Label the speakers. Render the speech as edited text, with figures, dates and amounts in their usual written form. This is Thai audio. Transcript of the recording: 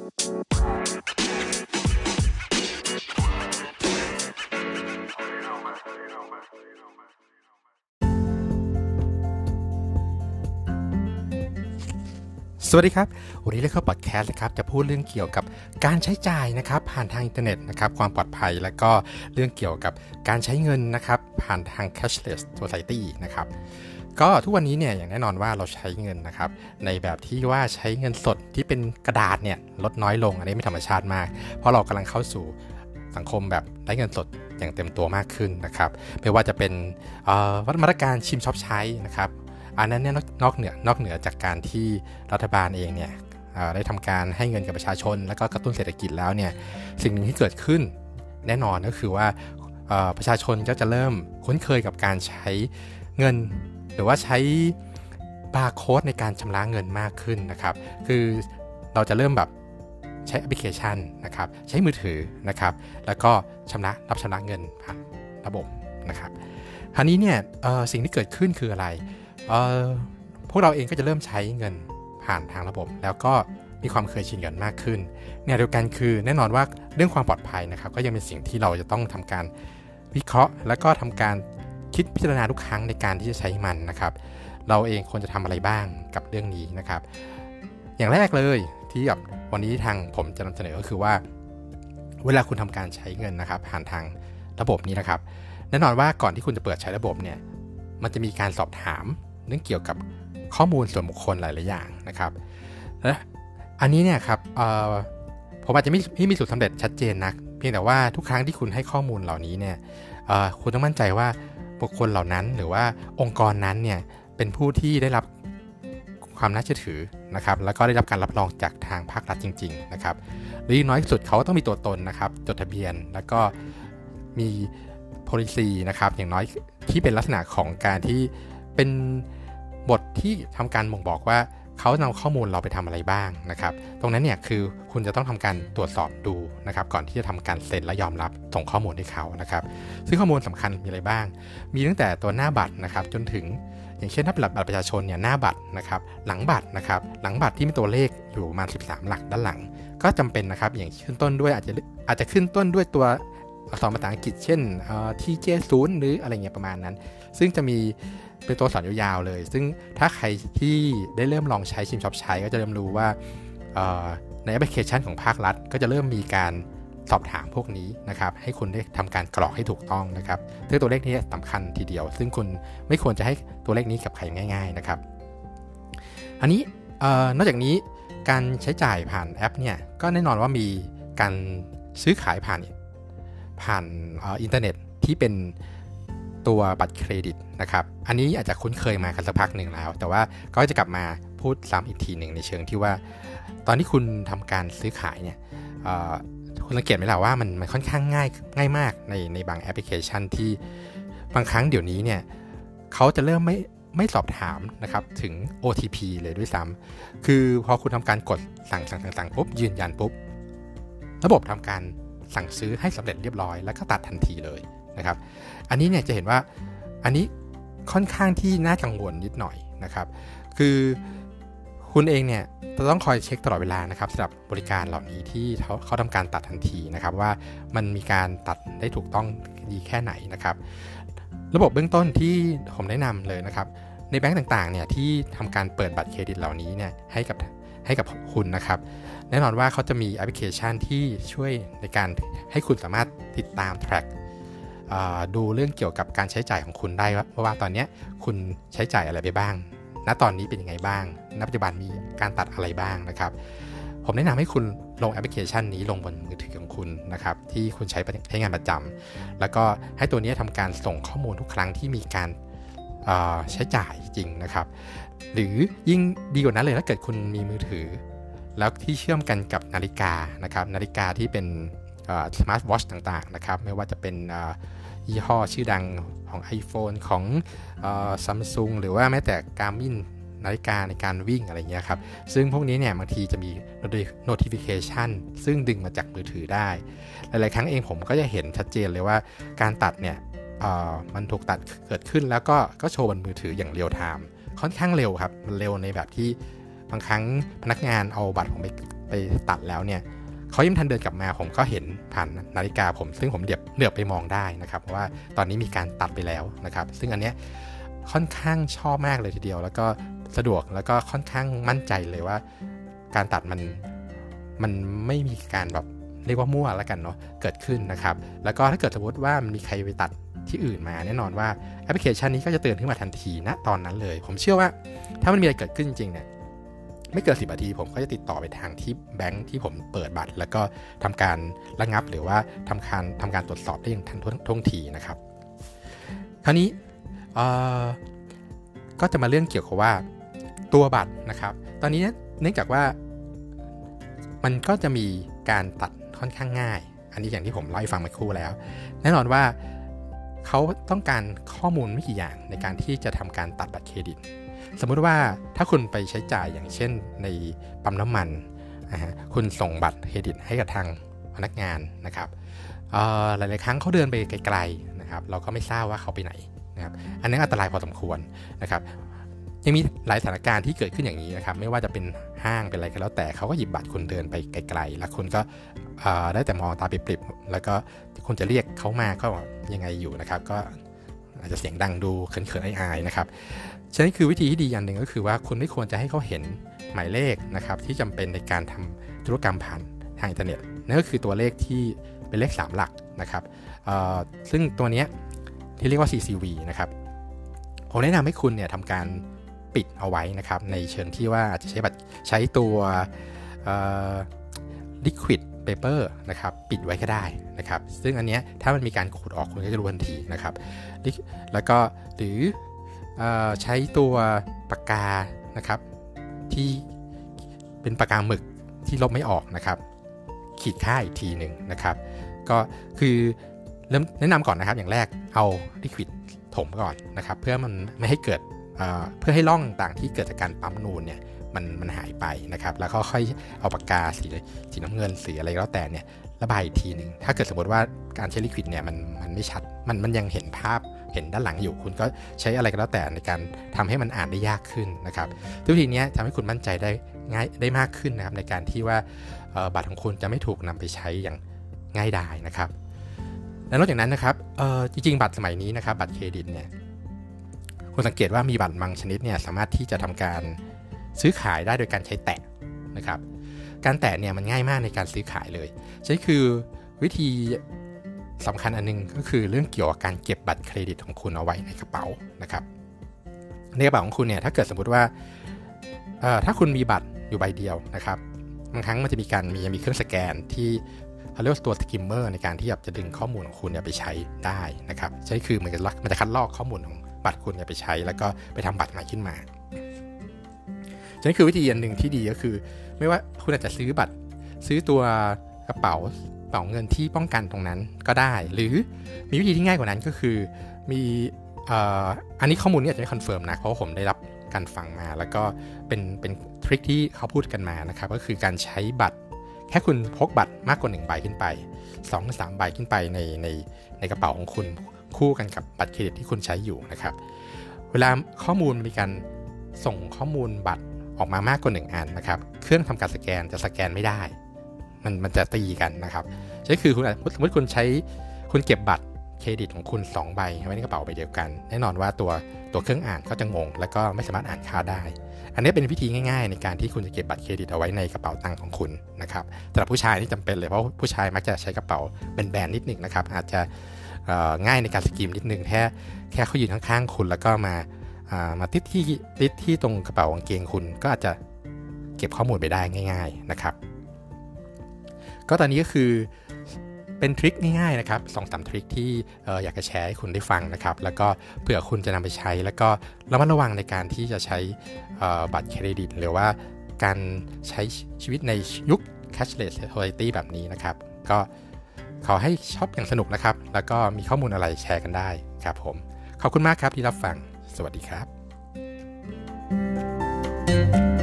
Speaker 1: สวัสดีครับวันนี้เรื่องข้อพอดแคสต์นะครับจะพูดเรื่องเกี่ยวกับการใช้จ่ายนะครับผ่านทางอินเทอร์เน็ตนะครับความปลอดภัยและก็เรื่องเกี่ยวกับการใช้เงินนะครับผ่านทาง cashless society นะครับก็ทุกวันนี้เนี่ยอย่างแน่นอนว่าเราใช้เงินนะครับในแบบที่ว่าใช้เงินสดที่เป็นกระดาษเนี่ยลดน้อยลงอันนี้ไม่ธรรมชาติมากเพราะเรากำลังเข้าสู่สังคมแบบได้เงินสดอย่างเต็มตัวมากขึ้นนะครับไม่ว่าจะเป็นมาตรการชิมช็อปใช้นะครับอันนั้นเนี่ยนอกเหนือจากการที่รัฐบาลเองเนี่ยได้ทำการให้เงินกับประชาชนแล้วก็กระตุ้นเศรษฐกิจแล้วเนี่ยสิ่งหนึ่งที่เกิดขึ้นแน่นอนก็คือว่าประชาชนก็จะเริ่มคุ้นเคยกับการใช้เงินหรือว่าใช้บาร์โค้ดในการชำระเงินมากขึ้นนะครับคือเราจะเริ่มแบบใช้แอปพลิเคชันนะครับใช้มือถือนะครับแล้วก็รับชำระเงินผ่านระบบนะครับคราวนี้เนี่ยสิ่งที่เกิดขึ้นคืออะไรพวกเราเองก็จะเริ่มใช้เงินผ่านทางระบบแล้วก็มีความเคยชินกันมากขึ้นเนี่ยเดียวกันคือแน่นอนว่าเรื่องความปลอดภัยนะครับก็ยังเป็นสิ่งที่เราจะต้องทำการวิเคราะห์แล้วก็ทำการคิดพิจารณาทุกครั้งในการที่จะใช้มันนะครับเราเองควรจะทำอะไรบ้างกับเรื่องนี้นะครับอย่างแรกเลยที่แบบวันนี้ทางผมจะนำเสนอก็คือว่าเวลาคุณทำการใช้เงินนะครับผ่านทางระบบนี้นะครับแน่นอนว่าก่อนที่คุณจะเปิดใช้ระบบเนี่ยมันจะมีการสอบถามเรื่องเกี่ยวกับข้อมูลส่วนบุคคลหลายๆอย่างนะครับและอันนี้เนี่ยครับผมอาจจะไม่มีสูตรสำเร็จชัดเจนนักเพียงแต่ว่าทุกครั้งที่คุณให้ข้อมูลเหล่านี้เนี่ยคุณต้องมั่นใจว่าบุคคลเหล่านั้นหรือว่าองค์กรนั้นเนี่ยเป็นผู้ที่ได้รับความน่าเชื่อถือนะครับแล้วก็ได้รับการรับรองจากทางภาครัฐจริงๆนะครับหรือน้อยที่สุดเขาต้องมีตัวตนนะครับจดทะเบียนแล้วก็มี policy นะครับอย่างน้อยที่เป็นลักษณะของการที่เป็นบทที่ทำการบ่งบอกว่าเขานำข้อมูลเราไปทำอะไรบ้างนะครับตรงนั้นเนี่ยคือคุณจะต้องทำการตรวจสอบดูนะครับก่อนที่จะทำการเซ็นและยอมรับส่งข้อมูลให้เขานะครับซึ่งข้อมูลสำคัญมีอะไรบ้างมีตั้งแต่ตัวหน้าบัตรนะครับจนถึงอย่างเช่นถ้าเป็นบัตรประชาชนเนี่ยหน้าบัตรนะครับหลังบัตรนะครับหลังบัตรที่มีตัวเลขอยู่ประมาณ13หลักด้านหลังก็จำเป็นนะครับอย่างขึ้นต้นด้วยอาจจะขึ้นต้นด้วยตัวอักษรภาษาอังกฤษเช่นTJ0 หรืออะไรเงี้ยประมาณนั้นซึ่งจะมีเป็นตัวอักษรยาวๆเลยซึ่งถ้าใครที่ได้เริ่มลองใช้ชิมช็อปใช้ก็จะเริ่มรู้ว่าในแอปพลิเคชันของภาครัฐก็จะเริ่มมีการสอบถามพวกนี้นะครับให้คุณได้ทำการกรอกให้ถูกต้องนะครับซึ่งตัวเลขนี้สำคัญทีเดียวซึ่งคุณไม่ควรจะให้ตัวเลขนี้กับใครง่ายๆนะครับอันนี้นอกจากนี้การใช้จ่ายผ่านแอปเนี่ยก็แน่นอนว่ามีการซื้อขายผ่านอินเทอร์เน็ตที่เป็นตัวบัตรเครดิตนะครับอันนี้อาจจะคุ้นเคยมากันสักพักหนึ่งแล้วแต่ว่าก็จะกลับมาพูดซ้ำอีกทีหนึ่งในเชิงที่ว่าตอนที่คุณทำการซื้อขายเนี่ยคุณสังเกตไหมล่ะว่ามันค่อนข้างง่ายมากในบางแอปพลิเคชันที่บางครั้งเดี๋ยวนี้เนี่ยเขาจะเริ่มไม่สอบถามนะครับถึง OTP เลยด้วยซ้ำคือพอคุณทำการกดสั่งปุ๊บยืนยันปุ๊บระบบทำการสั่งซื้อให้สำเร็จเรียบร้อยแล้วก็ตัดทันทีเลยนะครับอันนี้เนี่ยจะเห็นว่าอันนี้ค่อนข้างที่น่ากังวลนิดหน่อยนะครับคือคุณเองเนี่ยจะต้องคอยเช็คตลอดเวลานะครับสำหรับบริการเหล่านี้ที่เขาทำการตัดทันทีนะครับว่ามันมีการตัดได้ถูกต้องดีแค่ไหนนะครับระบบเบื้องต้นที่ผมแนะนำเลยนะครับในแบงก์ต่างๆเนี่ยที่ทำการเปิดบัตรเครดิตเหล่านี้เนี่ยให้กับคุณนะครับแน่นอนว่าเขาจะมีแอปพลิเคชันที่ช่วยในการให้คุณสามารถติดตาม track ดูเรื่องเกี่ยวกับการใช้จ่ายของคุณได้ว่าตอนนี้คุณใช้จ่ายอะไรไปบ้างณตอนนี้เป็นยังไงบ้างณปัจจุบันมีการตัดอะไรบ้างนะครับผมแนะนำให้คุณลงแอปพลิเคชันนี้ลงบนมือถือของคุณนะครับที่คุณใช้งานประจำแล้วก็ให้ตัวนี้ทำการส่งข้อมูลทุกครั้งที่มีการใช้จ่ายจริงนะครับหรือยิ่งดีกว่านั้นเลยถ้าเกิดคุณมีมือถือแล้วที่เชื่อมกันกับนาฬิกานะครับนาฬิกาที่เป็นสมาร์ทวอทช์ต่างๆนะครับไม่ว่าจะเป็นยี่ห้อชื่อดังของ iPhone ของSamsung หรือว่าแม้แต่ Garmin นาฬิกาในการวิ่งอะไรเงี้ยครับซึ่งพวกนี้เนี่ยบางทีจะมี notification ซึ่งดึงมาจากมือถือได้หลายๆครั้งเองผมก็จะเห็นชัดเจนเลยว่าการตัดเนี่ยมันถูกตัดเกิดขึ้นแล้วก็โชว์บนมือถืออย่างเรียลไทม์ค่อนข้างเร็วครับมันเร็วในแบบที่บางครั้งพนักงานเอาบัตรผมไปไปตัดแล้วเนี่ยเขายังทันเดินกลับมาผมก็เห็นผ่านนาฬิกาผมซึ่งผมเหลือบไปมองได้นะครับเพราะว่าตอนนี้มีการตัดไปแล้วนะครับซึ่งอันเนี้ยค่อนข้างชอบมากเลยทีเดียวแล้วก็สะดวกแล้วก็ค่อนข้างมั่นใจเลยว่าการตัดมันไม่มีการแบบเรียกว่ามั่วแล้วกันเนาะเกิดขึ้นนะครับแล้วก็ถ้าเกิดสมมติว่ามันมีใครไปตัดที่อื่นมาแน่นอนว่าแอปพลิเคชันนี้ก็จะเตือนขึ้นมาทันทีณตอนนั้นเลยผมเชื่อว่าถ้ามันมีอะไรเกิดขึ้นจริงเนี่ยไม่เกิน10 นาทีผมก็จะติดต่อไปทางที่แบงค์ที่ผมเปิดบัตรแล้วก็ทำการระงับหรือว่าทำการตรวจสอบได้อย่างทันท่วงทีนะครับคราวนี้ก็จะมาเรื่องเกี่ยวกับว่าตัวบัตรนะครับตอนนี้เนื่องจากว่ามันก็จะมีการตัดค่อนข้างง่ายอันนี้อย่างที่ผมเล่าให้ฟังมาคู่แล้วแน่นอนว่าเขาต้องการข้อมูลไม่กี่อย่างในการที่จะทำการตัดบัตรเครดิตสมมุติว่าถ้าคุณไปใช้จ่ายอย่างเช่นในปั๊มน้ำมันคุณส่งบัตรเครดิตให้กับทางพนักงานนะครับหลายๆครั้งเขาเดินไปไกลๆนะครับเราก็ไม่ทราบว่าเขาไปไหนนะครับอันนี้อันตรายพอสมควรนะครับยังมีหลายสถานการณ์ที่เกิดขึ้นอย่างนี้นะครับไม่ว่าจะเป็นห้างเป็นอะไรก็แล้วแต่เขาก็หยิบบัตรคุณเดินไปไกลๆแล้วคุณก็ได้แต่มองตาปริบๆแล้วก็คุณจะเรียกเขามาก็ยังไงอยู่นะครับก็อาจจะเสียงดังดูเขินๆอายๆนะครับฉะนั้นคือวิธีที่ดีอย่างหนึ่งก็คือว่าคุณไม่ควรจะให้เขาเห็นหมายเลขนะครับที่จำเป็นในการทำธุรกรรมผ่านทางอินเทอร์เน็ตนั่นก็คือตัวเลขที่เป็นเลข3 หลักนะครับซึ่งตัวนี้ที่เรียกว่า CCV นะครับผมแนะนำให้คุณเนี่ยทำการปิดเอาไว้นะครับในเชิงที่ว่าอาจจะใช้ตัว liquid paper นะครับปิดไว้ก็ได้นะครับซึ่งอันนี้ถ้ามันมีการขูดออกคุณก็จะรู้ทันทีนะครับแล้วก็หรือใช้ตัวปากกานะครับที่เป็นปากกาหมึกที่ลบไม่ออกนะครับขีดค่าอีกทีหนึ่งนะครับก็คือเริ่มแนะนำก่อนนะครับอย่างแรกเอาลิควิดถมก่อนนะครับเพื่อมันไม่ให้เกิดเพื่อให้ร่องต่างที่เกิดจากการปั๊มนูนเนี่ยมันหายไปนะครับแล้วก็ค่อยเอาปากกาสีน้ำเงินสีอะไรก็แล้วแต่เนี่ยระบายอีกทีหนึ่งถ้าเกิดสมมติว่าการใช้ลิควิดเนี่ยมันไม่ชัดมันยังเห็นภาพเห็นด้านหลังอยู่คุณก็ใช้อะไรก็แล้วแต่ในการทำให้มันอ่านได้ยากขึ้นนะครับวิธีนี้ทำให้คุณมั่นใจได้ง่ายได้มากขึ้นนะครับในการที่ว่าบัตรของคุณจะไม่ถูกนำไปใช้อย่างง่ายดายนะครับและนอกจากนั้นนะครับจริงๆบัตรสมัยนี้นะครับบัตรเครดิตเนี่ยคุณสังเกตว่ามีบัตรบางชนิดเนี่ยสามารถที่จะทำการซื้อขายได้โดยการใช้แตะนะครับการแตะเนี่ยมันง่ายมากในการซื้อขายเลยใช่คือวิธีสำคัญอันนึงก็คือเรื่องเกี่ยวกับการเก็บบัตรเครดิตของคุณเอาไว้ในกระเป๋านะครับในกระเป๋าของคุณเนี่ยถ้าเกิดสมมติว่าถ้าคุณมีบัตรอยู่ใบเดียวนะครับบางครั้งมันจะมีเครื่องสแกนที่เขาเรียกว่าตัวสกิมเมอร์ในการที่จะดึงข้อมูลของคุณเนี่ยไปใช้ได้นะครับใช่คือมันจะคัดลอกข้อมูลของบัตรคุณเนี่ยไปใช้แล้วก็ไปทำบัตรใหม่ขึ้นมาฉะนั้นคือวิธีอันหนึ่งที่ดีก็คือไม่ว่าคุณอาจจะซื้อตัวกระเป๋าเงินที่ป้องกันตรงนั้นก็ได้หรือมีวิธีที่ง่ายกว่านั้นก็คือมีอันนี้ข้อมูลนี้อาจจะไม่คอนเฟิร์มนะเพราะว่าผมได้รับการฟังมาแล้วก็เป็นทริคที่เขาพูดกันมานะครับก็คือการใช้บัตรแค่คุณพกบัตรมากกว่า1 ใบขึ้นไป 2-3 ใบขึ้นไปในกระเป๋าของคุณคู่กันกับบัตรเครดิตที่คุณใช้อยู่นะครับเวลาข้อมูลมีการส่งข้อมูลบัตรออกมามากกว่า1 อันนะครับเครื่องทำการสแกนจะสแกนไม่ได้มันจะตีกันนะครับใช่คือสมมติคุณเก็บบัตรเครดิตของคุณ2 ใบไว้ในกระเป๋าใบเดียวกันแน่นอนว่าตัวเครื่องอ่านก็จะงงแล้วก็ไม่สามารถอ่านค่าได้อันนี้เป็นวิธีง่ายๆในการที่คุณจะเก็บบัตรเครดิตเอาไว้ในกระเป๋าตังค์ของคุณนะครับแต่ผู้ชายนี่จำเป็นเลยเพราะผู้ชายมักจะใช้กระเป๋าแบนๆนิดหนึ่งนะครับอาจจะง่ายในการสกรีมนิดนึงแค่เขายืนข้างๆคุณแล้วก็มาติดที่ตรงกระเป๋ากางเกงคุณก็อาจจะเก็บข้อมูลไปได้ง่ายๆนะครับก็ตอนนี้ก็คือเป็นทริคง่ายๆนะครับ 2-3 ทริคที่อยากจะแชร์ให้คุณได้ฟังนะครับแล้วก็เผื่อคุณจะนำไปใช้แล้วก็ระมัดระวังในการที่จะใช้บัตรเครดิตหรือว่าการใช้ชีวิตในยุค cashless society แบบนี้นะครับก็ขอให้ชอบอย่างสนุกนะครับแล้วก็มีข้อมูลอะไรแชร์กันได้ครับผมขอบคุณมากครับที่รับฟังสวัสดีครับ